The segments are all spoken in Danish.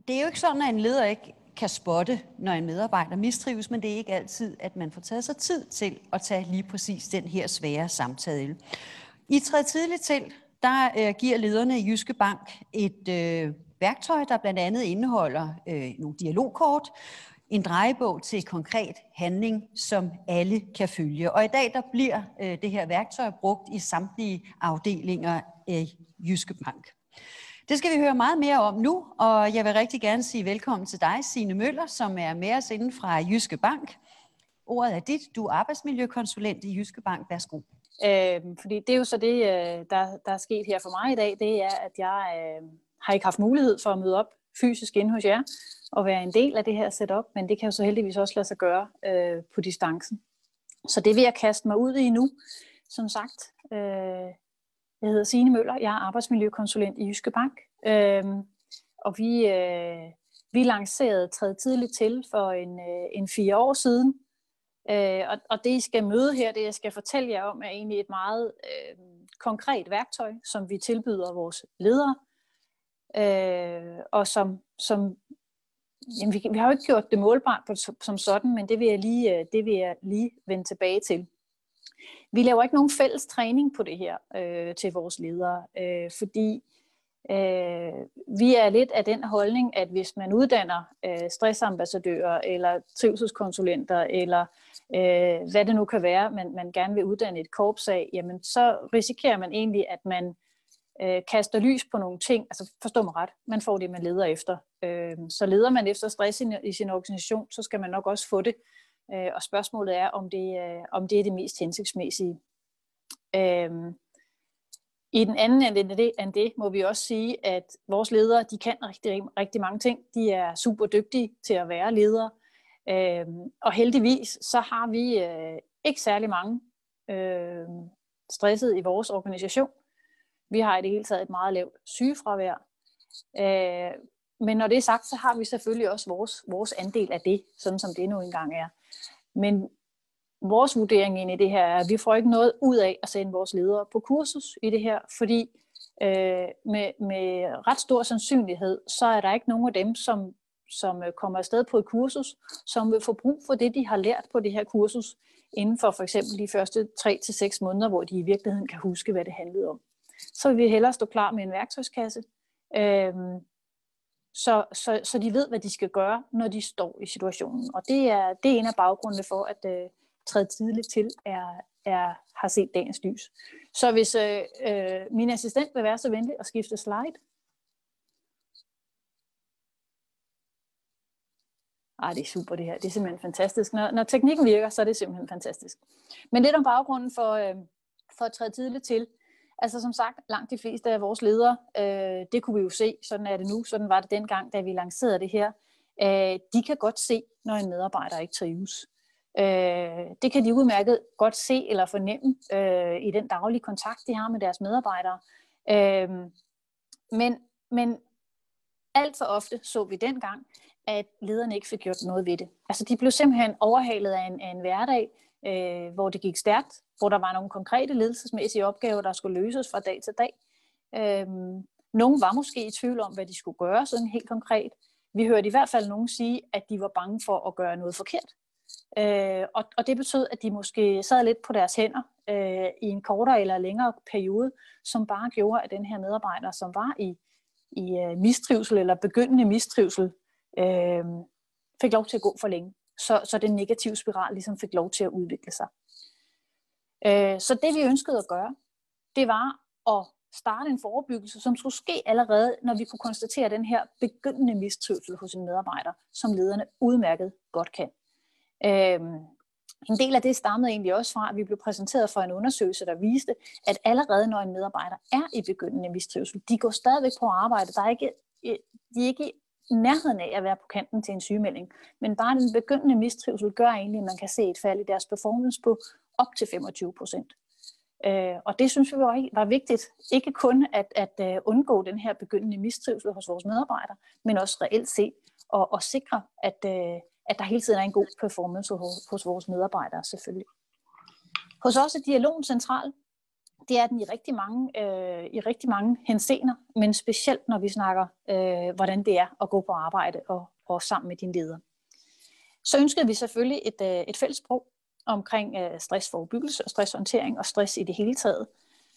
Det er jo ikke sådan, at en leder ikke kan spotte, når en medarbejder mistrives, men det er ikke altid, at man får taget sig tid til at tage lige præcis den her svære samtale. I Træd Tidligt Til, der giver lederne i Jyske Bank et værktøj, der blandt andet indeholder nogle dialogkort, en drejebog til konkret handling, som alle kan følge. Og i dag der bliver det her værktøj brugt i samtlige afdelinger af Jyske Bank. Det skal vi høre meget mere om nu, og jeg vil rigtig gerne sige velkommen til dig, Signe Møller, som er med os inden fra Jyske Bank. Ordet er dit. Du er arbejdsmiljøkonsulent i Jyske Bank. Værsgo. Fordi det er jo så det, der er sket her for mig i dag, det er, at jeg har ikke haft mulighed for at møde op fysisk inde hos jer og være en del af det her setup, men det kan jo så heldigvis også lade sig gøre på distancen. Så det vil jeg kaste mig ud i nu. Som sagt, jeg hedder Signe Møller, jeg er arbejdsmiljøkonsulent i Jyske Bank, og vi lancerede Træd Tidligt Til for en 4 år siden. Og det, I skal møde her, det jeg skal fortælle jer om, er egentlig et meget konkret værktøj, som vi tilbyder vores ledere. Og jamen, vi har jo ikke gjort det målbart som sådan, men det vil jeg lige vende tilbage til. Vi laver ikke nogen fælles træning på det her til vores ledere, fordi vi er lidt af den holdning, at hvis man uddanner stressambassadører eller trivselskonsulenter eller hvad det nu kan være, man gerne vil uddanne et korps af, jamen så risikerer man egentlig, at man kaster lys på nogle ting. Altså forstå mig ret, man får det, man leder efter. Så leder man efter stress i sin organisation, så skal man nok også få det. Og spørgsmålet er, om det er det mest hensigtsmæssige. I den anden end det må vi også sige, at vores ledere, de kan rigtig mange ting. De er super dygtige til at være ledere. Og heldigvis, så har vi ikke særlig mange stresset i vores organisation. Vi har i det hele taget et meget lavt sygefravær. Men når det er sagt, så har vi selvfølgelig også vores andel af det, sådan som det nu engang er. Men vores vurdering ind i det her er, at vi får ikke noget ud af at sende vores ledere på kursus i det her, fordi med ret stor sandsynlighed, så er der ikke nogen af dem, som kommer afsted på et kursus, som vil få brug for det, de har lært på det her kursus, inden for eksempel de første 3 til 6 måneder, hvor de i virkeligheden kan huske, hvad det handlede om. Så vil vi hellere stå klar med en værktøjskasse, så de ved, hvad de skal gøre, når de står i situationen. Og det er en af baggrundene for, at Træd Tidligt Til har set dagens lys. Så hvis min assistent vil være så venlig at skifte slide. Det er super det her. Det er simpelthen fantastisk. Når teknikken virker, så er det simpelthen fantastisk. Men lidt om baggrunden for Træd Tidligt Til. Altså som sagt, langt de fleste af vores ledere, det kunne vi jo se, sådan er det nu, sådan var det dengang, da vi lancerede det her. De kan godt se, når en medarbejder ikke trives. Det kan de udmærket godt se eller fornemme i den daglige kontakt, de har med deres medarbejdere. Men alt for ofte så vi dengang, at lederne ikke fik gjort noget ved det. Altså de blev simpelthen overhalet af en hverdag, hvor det gik stærkt, hvor der var nogle konkrete ledelsesmæssige opgaver, der skulle løses fra dag til dag. Nogle var måske i tvivl om, hvad de skulle gøre, sådan helt konkret. Vi hørte i hvert fald nogen sige, at de var bange for at gøre noget forkert. Og det betød, at de måske sad lidt på deres hænder i en kortere eller længere periode, som bare gjorde, at den her medarbejder, som var i mistrivsel eller begyndende mistrivsel, fik lov til at gå for længe. Så den negative spiral ligesom fik lov til at udvikle sig. Så det vi ønskede at gøre, det var at starte en forebyggelse, som skulle ske allerede, når vi kunne konstatere den her begyndende mistrivsel hos en medarbejder, som lederne udmærket godt kan. En del af det stammede egentlig også fra, at vi blev præsenteret for en undersøgelse, der viste, at allerede når en medarbejder er i begyndende mistrivsel, de går stadigvæk på arbejde. De er ikke i nærheden af at være på kanten til en sygemelding, men bare den begyndende mistrivsel gør egentlig, at man kan se et fald i deres performance på op til 25%. Og det synes vi var vigtigt, ikke kun at undgå den her begyndende mistrivsel hos vores medarbejdere, men også reelt set og sikre, at der hele tiden er en god performance hos vores medarbejdere selvfølgelig. Hos os er dialogen central. det er den i rigtig mange henseender, men specielt når vi snakker, hvordan det er at gå på arbejde og sammen med din leder. Så ønskede vi selvfølgelig et fælles sprog omkring stressforebyggelse og stresshåndtering og stress i det hele taget.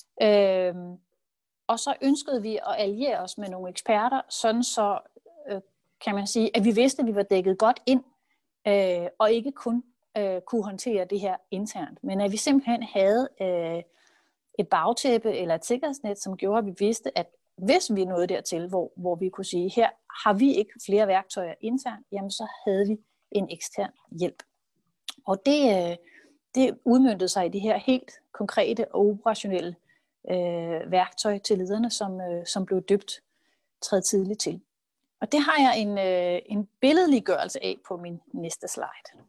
Og så ønskede vi at alliere os med nogle eksperter, sådan så kan man sige, at vi vidste, at vi var dækket godt ind, og ikke kun kunne håndtere det her internt, men at vi simpelthen havde et bagtæppe eller et sikkerhedsnet, som gjorde, at vi vidste, at hvis vi nåede dertil, hvor vi kunne sige, her har vi ikke flere værktøjer internt, jamen så havde vi en ekstern hjælp. Og det udmøntede sig i det her helt konkrete og operationelle værktøj til lederne, som blev døbt træd tidligt til. Og det har jeg en billedliggørelse af på min næste slide.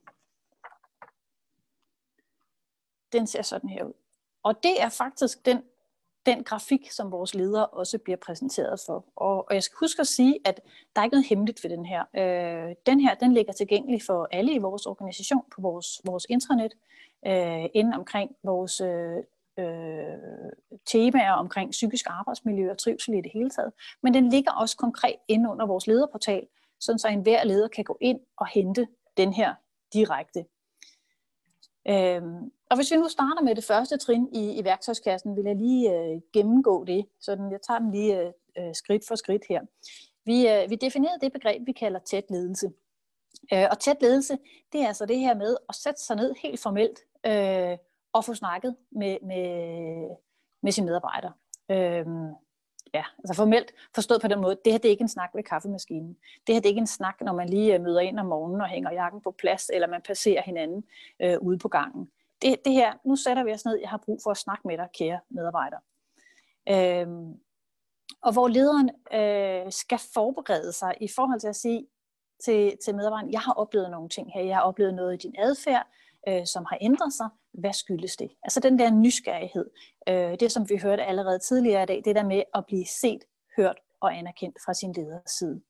Den ser sådan her ud. Og det er faktisk den grafik, som vores ledere også bliver præsenteret for. Og jeg skal huske at sige, at der er ikke noget hemmeligt ved den her. Den ligger tilgængelig for alle i vores organisation på vores intranet, inden omkring vores temaer omkring psykisk arbejdsmiljø og trivsel i det hele taget. Men den ligger også konkret inde under vores lederportal, sådan så enhver leder kan gå ind og hente den her direkte. Og hvis vi nu starter med det første trin i værktøjskassen, vil jeg lige gennemgå det. Sådan, jeg tager dem lige skridt for skridt her. Vi definerede det begreb, vi kalder tæt ledelse. Og tæt ledelse, det er altså det her med at sætte sig ned helt formelt og få snakket med sine medarbejdere. Altså formelt forstået på den måde, det her det er ikke en snak ved kaffemaskinen. Det her det er ikke en snak, når man lige møder ind om morgenen og hænger jakken på plads, eller man passerer hinanden ude på gangen. Det her, nu sætter vi os ned, jeg har brug for at snakke med dig, kære medarbejder. Og hvor lederen skal forberede sig i forhold til at sige til medarbejderen, jeg har oplevet nogle ting her, jeg har oplevet noget i din adfærd, som har ændret sig. Hvad skyldes det? Altså den der nysgerrighed, det som vi hørte allerede tidligere i dag, det der med at blive set, hørt og anerkendt fra sin leders side.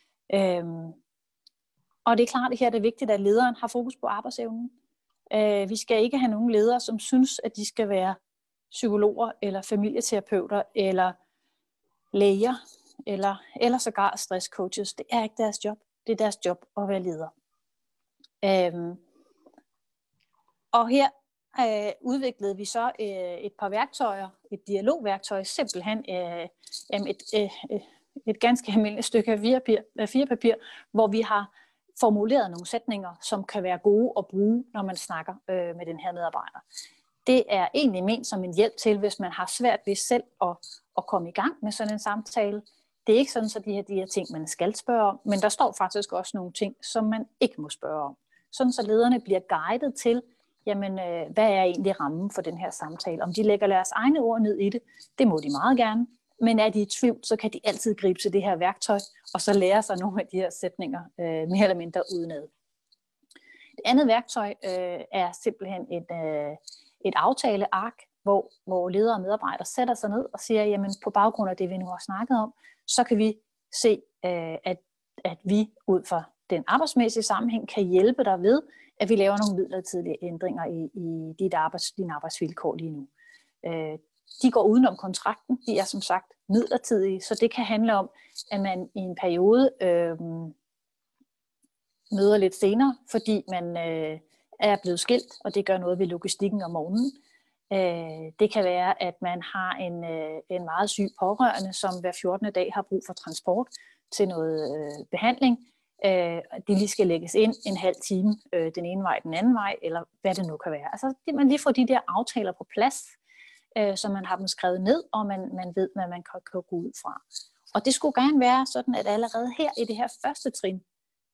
Og det er klart, at her er det vigtigt, at lederen har fokus på arbejdsevnen. Vi skal ikke have nogen ledere, som synes, at de skal være psykologer eller familieterapeuter eller læger eller sågar stresscoaches. Det er ikke deres job. Det er deres job at være leder. Og her udviklede vi så et par værktøjer, et dialogværktøj, simpelthen et ganske almindeligt stykke A4-papir, hvor vi har formuleret nogle sætninger, som kan være gode at bruge, når man snakker med den her medarbejder. Det er egentlig ment som en hjælp til, hvis man har svært ved selv at komme i gang med sådan en samtale. Det er ikke sådan, så de her ting, man skal spørge om, men der står faktisk også nogle ting, som man ikke må spørge om. Sådan så lederne bliver guidet til, jamen, hvad er egentlig rammen for den her samtale? Om de lægger deres egne ord ned i det må de meget gerne. Men er de i tvivl, så kan de altid gribe til det her værktøj, og så lære sig nogle af de her sætninger mere eller mindre udenad. Det andet værktøj er simpelthen et aftaleark, hvor ledere og medarbejdere sætter sig ned og siger, jamen på baggrund af det, vi nu har snakket om, så kan vi se, at vi ud fra den arbejdsmæssige sammenhæng kan hjælpe dig ved, at vi laver nogle midlertidige ændringer i dine arbejdsvilkår lige nu. De går udenom kontrakten, de er som sagt midlertidige, så det kan handle om, at man i en periode møder lidt senere, fordi man er blevet skilt, og det gør noget ved logistikken om morgenen. Det kan være, at man har en meget syg pårørende, som hver 14. dag har brug for transport til noget behandling. De lige skal lægges ind en halv time den ene vej, den anden vej, eller hvad det nu kan være. Altså, det man lige får de der aftaler på plads, så man har dem skrevet ned, og man ved, hvad man kan gå ud fra. Og det skulle gerne være sådan, at allerede her i det her første trin,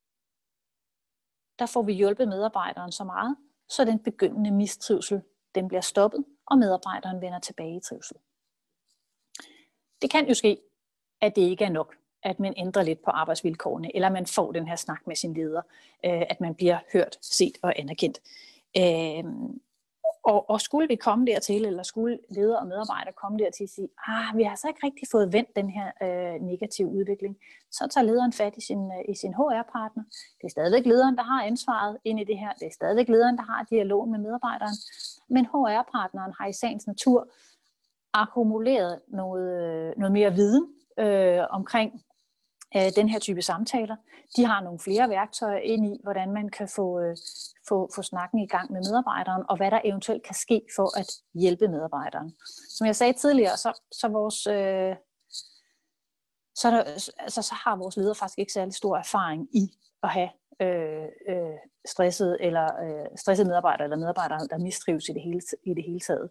der får vi hjulpet medarbejderen så meget, så den begyndende mistrivsel, den bliver stoppet, og medarbejderen vender tilbage i trivsel. Det kan jo ske, at det ikke er nok, at man ændrer lidt på arbejdsvilkårene, eller man får den her snak med sin leder, at man bliver hørt, set og anerkendt. Og skulle vi komme dertil, eller skulle ledere og medarbejdere komme dertil og sige, vi har så ikke rigtig fået vendt den her negative udvikling, så tager lederen fat i sin HR-partner. Det er stadigvæk lederen, der har ansvaret ind i det her. Det er stadigvæk lederen, der har dialogen med medarbejderen. Men HR-partneren har i sagens natur akkumuleret noget mere viden omkring den her type samtaler. De har nogle flere værktøjer ind i, hvordan man kan få snakken i gang med medarbejderen, og hvad der eventuelt kan ske for at hjælpe medarbejderen. Som jeg sagde tidligere, så har vores ledere faktisk ikke særlig stor erfaring i at have stressede medarbejdere, eller medarbejdere, der mistrives i det hele taget.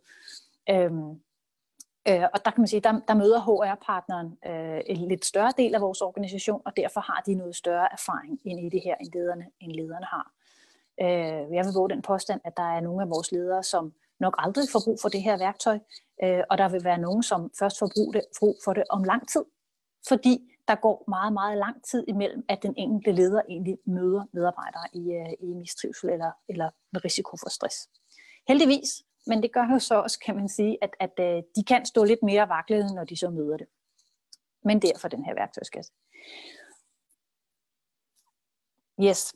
Og der kan man sige, der møder HR-partneren en lidt større del af vores organisation, og derfor har de noget større erfaring ind i det her, end lederne har. Jeg vil våge den påstand, at der er nogle af vores ledere, som nok aldrig får brug for det her værktøj, og der vil være nogen, som først får brug for det om lang tid, fordi der går meget, meget lang tid imellem, at den enkelte leder egentlig møder medarbejdere i mistrivsel eller med risiko for stress. Heldigvis, men det gør jo så også, kan man sige, at de kan stå lidt mere vaklede, når de så møder det. Men derfor den her værktøjskasse. Yes.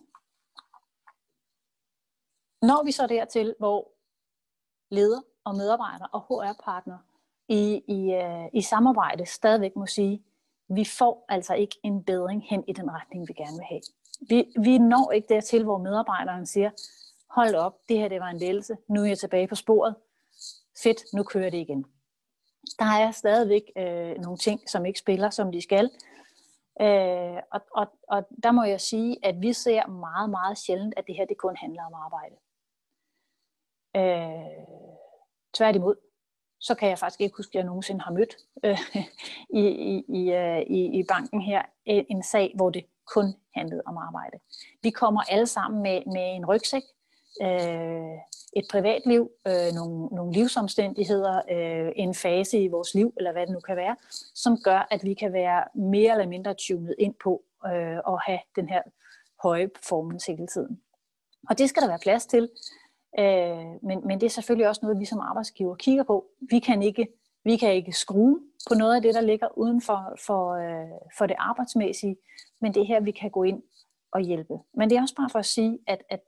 Når vi så dertil, hvor leder og medarbejdere og HR-partner i samarbejde stadigvæk må sige, vi får altså ikke en bedring hen i den retning, vi gerne vil have. Vi når ikke dertil, hvor medarbejderen siger, hold op, det her det var en lettelse, nu er jeg tilbage på sporet, fedt, nu kører det igen. Der er stadigvæk nogle ting, som ikke spiller, som de skal. Og der må jeg sige, at vi ser meget, meget sjældent, at det her det kun handler om arbejde. Tværtimod, så kan jeg faktisk ikke huske, at jeg nogensinde har mødt i banken her en sag, hvor det kun handlede om arbejde. Vi kommer alle sammen med en rygsæk, et privatliv, nogle livsomstændigheder, en fase i vores liv, eller hvad det nu kan være, som gør, at vi kan være mere eller mindre tunet ind på at have den her høje performance hele tiden. Og det skal der være plads til, men det er selvfølgelig også noget, vi som arbejdsgiver kigger på. Vi kan ikke skrue på noget af det, der ligger uden for det arbejdsmæssige, men det er her, vi kan gå ind og hjælpe. Men det er også bare for at sige, at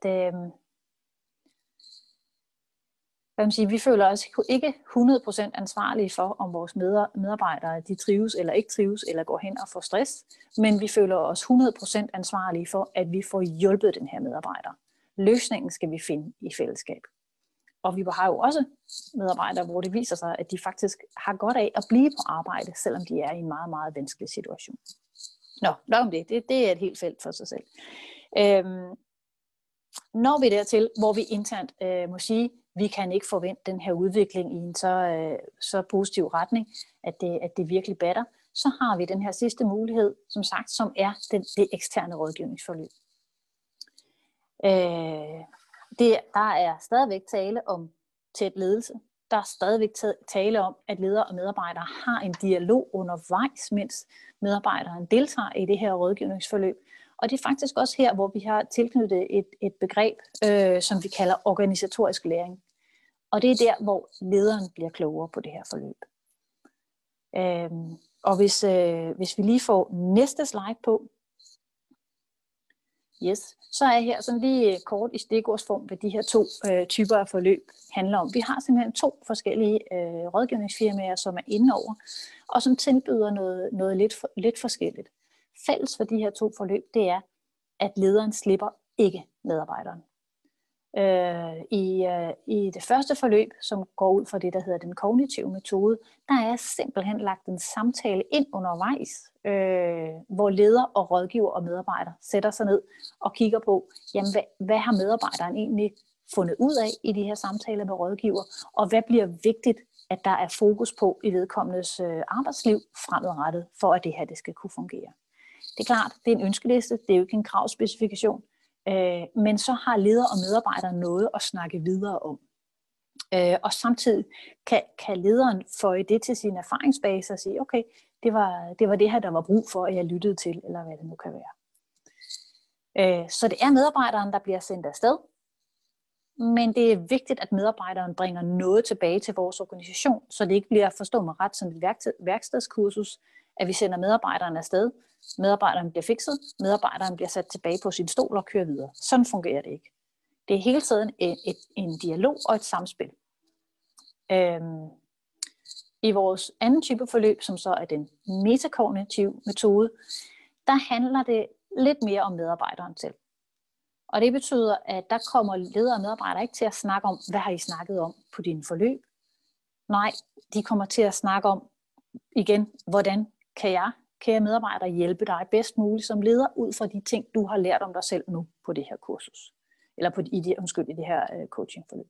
vi føler os ikke 100% ansvarlige for, om vores medarbejdere de trives eller ikke trives, eller går hen og får stress, men vi føler os 100% ansvarlige for, at vi får hjulpet den her medarbejder. Løsningen skal vi finde i fællesskab. Og vi har jo også medarbejdere, hvor det viser sig, at de faktisk har godt af at blive på arbejde, selvom de er i en meget, meget vanskelig situation. Nok om det. Det er et helt felt for sig selv. Når vi dertil, hvor vi internt må sige, vi kan ikke forvente den her udvikling i en så positiv retning, at det virkelig batter, så har vi den her sidste mulighed, som sagt, som er det eksterne rådgivningsforløb. Der er stadigvæk tale om tæt ledelse. Der er stadigvæk tale om, at ledere og medarbejdere har en dialog undervejs, mens medarbejderen deltager i det her rådgivningsforløb. Og det er faktisk også her, hvor vi har tilknyttet et begreb, som vi kalder organisatorisk læring. Og det er der, hvor lederen bliver klogere på det her forløb. Og hvis vi lige får næste slide på, yes, så er her sådan lige kort i stikkordsform, hvad de her to typer af forløb handler om. Vi har simpelthen 2 forskellige rådgivningsfirmaer, som er inde over, og som tilbyder noget lidt forskelligt. Fælles for de her 2 forløb, det er, at lederen slipper ikke medarbejderen. I det første forløb, som går ud fra det, der hedder den kognitive metode, der er simpelthen lagt en samtale ind undervejs, hvor leder og rådgiver og medarbejder sætter sig ned og kigger på, jamen, hvad har medarbejderen egentlig fundet ud af i de her samtaler med rådgiver, og hvad bliver vigtigt, at der er fokus på i vedkommendes arbejdsliv fremadrettet, for at det her det skal kunne fungere. Det er klart, det er en ønskeliste, det er jo ikke en kravspecifikation, men så har leder og medarbejdere noget at snakke videre om. Og samtidig kan lederen føje det til sin erfaringsbase og sige, okay, det var det her, der var brug for, at jeg lyttede til, eller hvad det nu kan være. Så det er medarbejderen, der bliver sendt afsted, men det er vigtigt, at medarbejderen bringer noget tilbage til vores organisation, så det ikke bliver, forstå mig ret, som et værkstedskursus, at vi sender medarbejderen afsted, medarbejderen bliver fikset, medarbejderen bliver sat tilbage på sin stol og kører videre. Sådan fungerer det ikke. Det er hele tiden en dialog og et samspil. I vores anden type forløb, som så er den metakognitive metode, der handler det lidt mere om medarbejderen selv. Og det betyder, at der kommer ledere og medarbejdere ikke til at snakke om, hvad har I snakket om på dine forløb? Nej, de kommer til at snakke om, igen, hvordan kan jeg, kære medarbejder, hjælpe dig bedst muligt som leder, ud fra de ting, du har lært om dig selv nu på det her kursus. Eller i det her coachingforløb.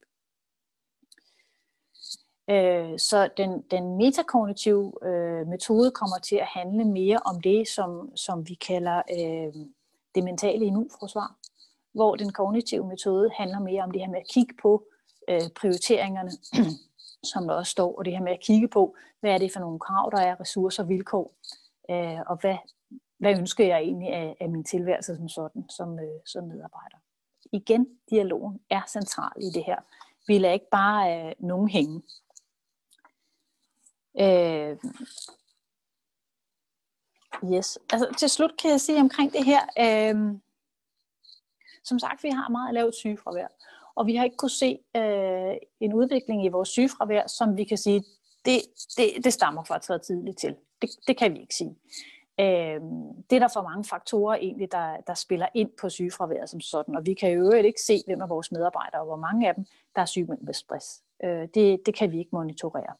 Så den metakognitive metode kommer til at handle mere om det, som vi kalder det mentale immunforsvar, hvor den kognitive metode handler mere om det her med at kigge på prioriteringerne, som der også står, og det her med at kigge på, hvad er det for nogle krav, der er, ressourcer og vilkår, og hvad ønsker jeg egentlig af min tilværelse som sådan, som medarbejder. Igen, dialogen er central i det her. Vi lader ikke bare nogen hænge. Yes. Altså, til slut kan jeg sige omkring det her, som sagt, vi har meget lavt sygefravær, og vi har ikke kunne se en udvikling i vores sygefravær, som vi kan sige, det stammer fra at træde tidligt til. Det kan vi ikke sige. Det er der for mange faktorer egentlig, der spiller ind på sygefraværet som sådan, og vi kan jo ikke se, hvem af vores medarbejdere, og hvor mange af dem, der er sygemeldt med stress. Det kan vi ikke monitorere.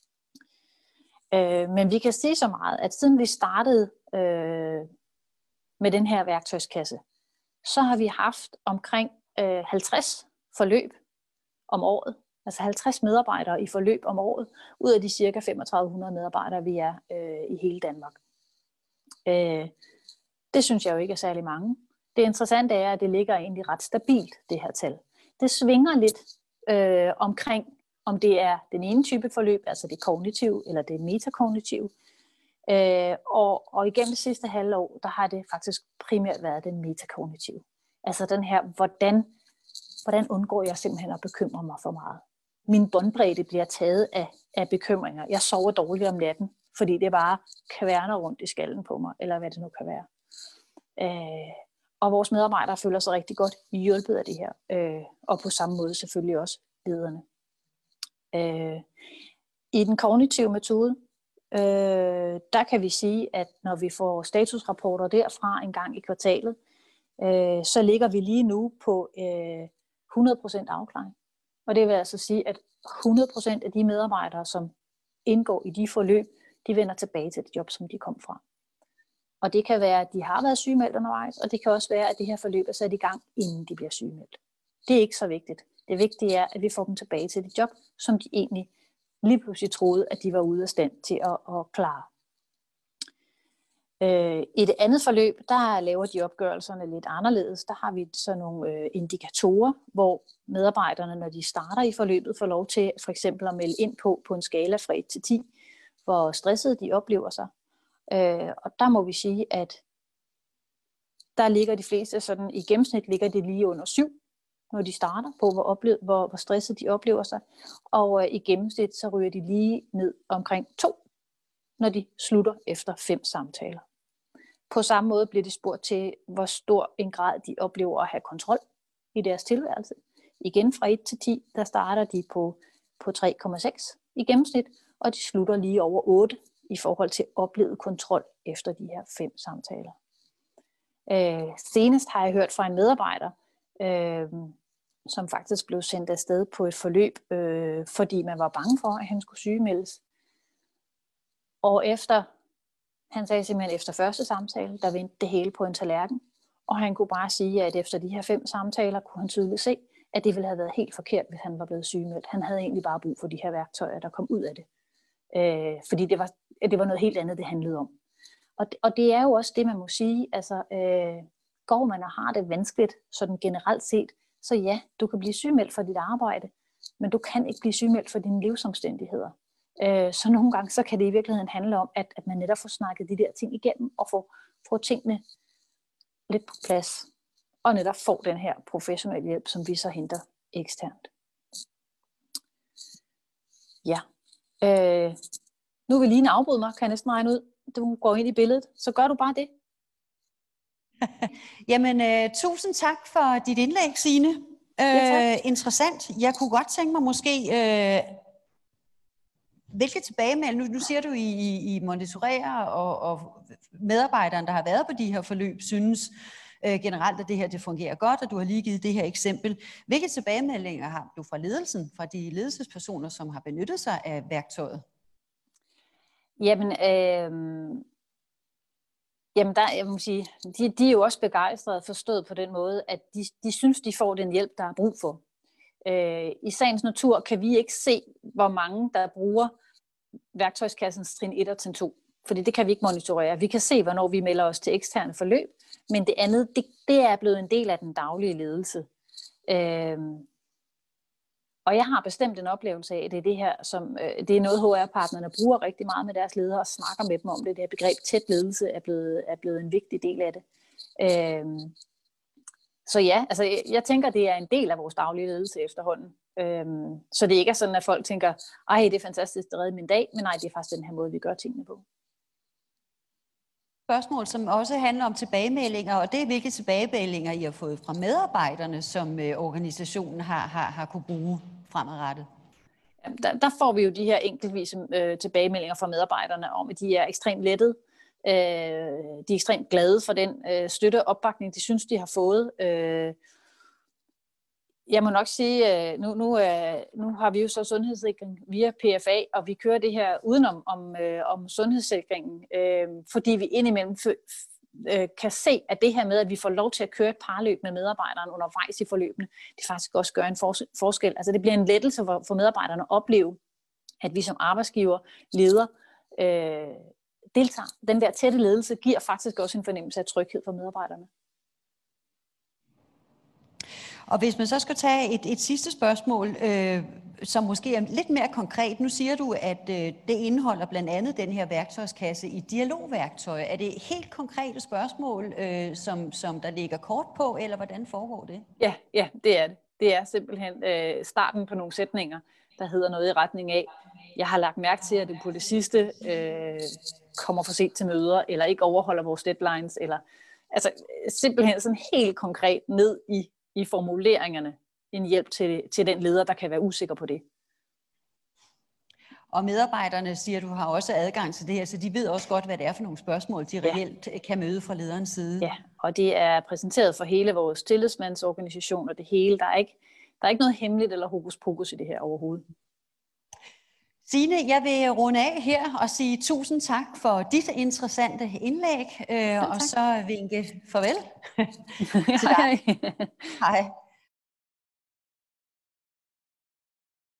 Men vi kan sige så meget, at siden vi startede med den her værktøjskasse, så har vi haft omkring 50 forløb om året, altså 50 medarbejdere i forløb om året, ud af de cirka 3500 medarbejdere, vi er i hele Danmark. Det synes jeg jo ikke er særlig mange. Det interessante er, at det ligger egentlig ret stabilt, det her tal. Det svinger lidt omkring, om det er den ene type forløb, altså det kognitive eller det metakognitive. Og igennem det sidste halvår, der har det faktisk primært været den metakognitive. Altså den her, hvordan undgår jeg simpelthen at bekymre mig for meget? Min båndbredde bliver taget af bekymringer. Jeg sover dårligt om natten, fordi det bare kværner rundt i skallen på mig, eller hvad det nu kan være. Og vores medarbejdere føler sig rigtig godt hjulpet af det her. Og på samme måde selvfølgelig også lederne. I den kognitive metode, der kan vi sige, at når vi får statusrapporter derfra en gang i kvartalet, så ligger vi lige nu på 100% afklaring. Og det vil altså sige, at 100% af de medarbejdere, som indgår i de forløb, de vender tilbage til det job, som de kom fra. Og det kan være, at de har været sygemeldt undervejs, og det kan også være, at det her forløb er sat i gang, inden de bliver sygemeldt. Det er ikke så vigtigt. Det vigtige er, at vi får dem tilbage til det job, som de egentlig lige pludselig troede, at de var ude af stand til at klare. I det andet forløb, der laver de opgørelserne lidt anderledes. Der har vi sådan nogle indikatorer, hvor medarbejderne, når de starter i forløbet, får lov til for eksempel at melde ind på en skala fra 1 til 10, hvor stressede de oplever sig. Og der må vi sige, at der ligger de fleste sådan, i gennemsnit ligger det lige under 7, når de starter på, hvor stresset de oplever sig. Og i gennemsnit, så ryger de lige ned omkring 2, når de slutter efter 5 samtaler. På samme måde bliver de spurgt til, hvor stor en grad de oplever at have kontrol i deres tilværelse. Igen fra 1 til 10, der starter de på 3,6 i gennemsnit, og de slutter lige over 8 i forhold til oplevet kontrol efter de her 5 samtaler. Senest har jeg hørt fra en medarbejder, som faktisk blev sendt afsted på et forløb, fordi man var bange for, at han skulle sygemeldes. Og han sagde simpelthen efter første samtale, der vendte det hele på en tallerken. Og han kunne bare sige, at efter de her 5 samtaler, kunne han tydeligt se, at det ville have været helt forkert, hvis han var blevet sygemeldt. Han havde egentlig bare brug for de her værktøjer, der kom ud af det. Fordi det var noget helt andet, det handlede om. Og det er jo også det, man må sige. Altså, går man og har det vanskeligt, sådan generelt set, så ja, du kan blive sygemeldt for dit arbejde, men du kan ikke blive sygemeldt for dine livsomstændigheder. Så nogle gange, så kan det i virkeligheden handle om, at man netop får snakket de der ting igennem, og får tingene lidt på plads, og netop får den her professionelle hjælp, som vi så henter eksternt. Ja. Nu vil Line afbryde mig, kan jeg næsten regne ud. Du går ind i billedet, så gør du bare det. Jamen, tusind tak for dit indlæg, Signe. Ja, interessant. Jeg kunne godt tænke mig måske hvilke tilbagemelding, nu siger du, I monitorerer, og medarbejderen, der har været på de her forløb, synes generelt, at det her det fungerer godt, og du har lige givet det her eksempel. Hvilke tilbagemeldinger har du fra ledelsen, fra de ledelsespersoner, som har benyttet sig af værktøjet? Jamen, der, jeg må sige, de er jo også begejstrede, forstået på den måde, at de synes, de får den hjælp, der er brug for. I sagens natur kan vi ikke se, hvor mange, der bruger værktøjskassens trin 1 og trin 2. Fordi det kan vi ikke monitorere. Vi kan se, hvornår vi melder os til eksterne forløb, men det andet, det er blevet en del af den daglige ledelse. Og jeg har bestemt en oplevelse af, at det er det her, som det er noget HR-partnerne bruger rigtig meget med deres ledere og snakker med dem om det. Det her begreb tæt ledelse er blevet en vigtig del af det. Så ja, altså jeg tænker, det er en del af vores daglige ledelse efterhånden. Så det ikke er sådan, at folk tænker, ej, det er fantastisk, det redder min dag, men nej, det er faktisk den her måde, vi gør tingene på. Spørgsmål, som også handler om tilbagemeldinger, og det er hvilke tilbagemeldinger, I har fået fra medarbejderne, som organisationen har kunne bruge fremadrettet. Der får vi jo de her enkeltvise tilbagemeldinger fra medarbejderne om, at de er ekstremt lettede. De er ekstremt glade for den støtte og opbakning, de synes, de har fået. Jeg må nok sige, nu har vi jo så sundhedssikring via PFA, og vi kører det her udenom om sundhedssikringen, fordi vi indimellem kan se, at det her med, at vi får lov til at køre et parløb med medarbejderne undervejs i forløbene, det faktisk også gør en forskel. Altså det bliver en lettelse for medarbejderne at opleve, at vi som arbejdsgiver, leder, deltager. Den der tætte ledelse giver faktisk også en fornemmelse af tryghed for medarbejderne. Og hvis man så skal tage et sidste spørgsmål, som måske er lidt mere konkret. Nu siger du, at det indeholder blandt andet den her værktøjskasse i dialogværktøj. Er det helt konkrete spørgsmål, som der ligger kort på, eller hvordan foregår det? Ja, det er det. Det er simpelthen starten på nogle sætninger, der hedder noget i retning af, jeg har lagt mærke til, at det på det sidste kommer for sent til møder, eller ikke overholder vores deadlines, eller altså simpelthen sådan helt konkret ned i formuleringerne en hjælp til den leder, der kan være usikker på det. Og medarbejderne, siger du, har også adgang til det her, så de ved også godt, hvad det er for nogle spørgsmål, de reelt kan møde fra lederens side. Ja, og det er præsenteret for hele vores tillidsmandsorganisation og det hele. Der er ikke noget hemmeligt eller hokus pokus i det her overhovedet. Signe, jeg vil runde af her og sige tusind tak for dit interessante indlæg, og så vinke farvel til dig. Hej.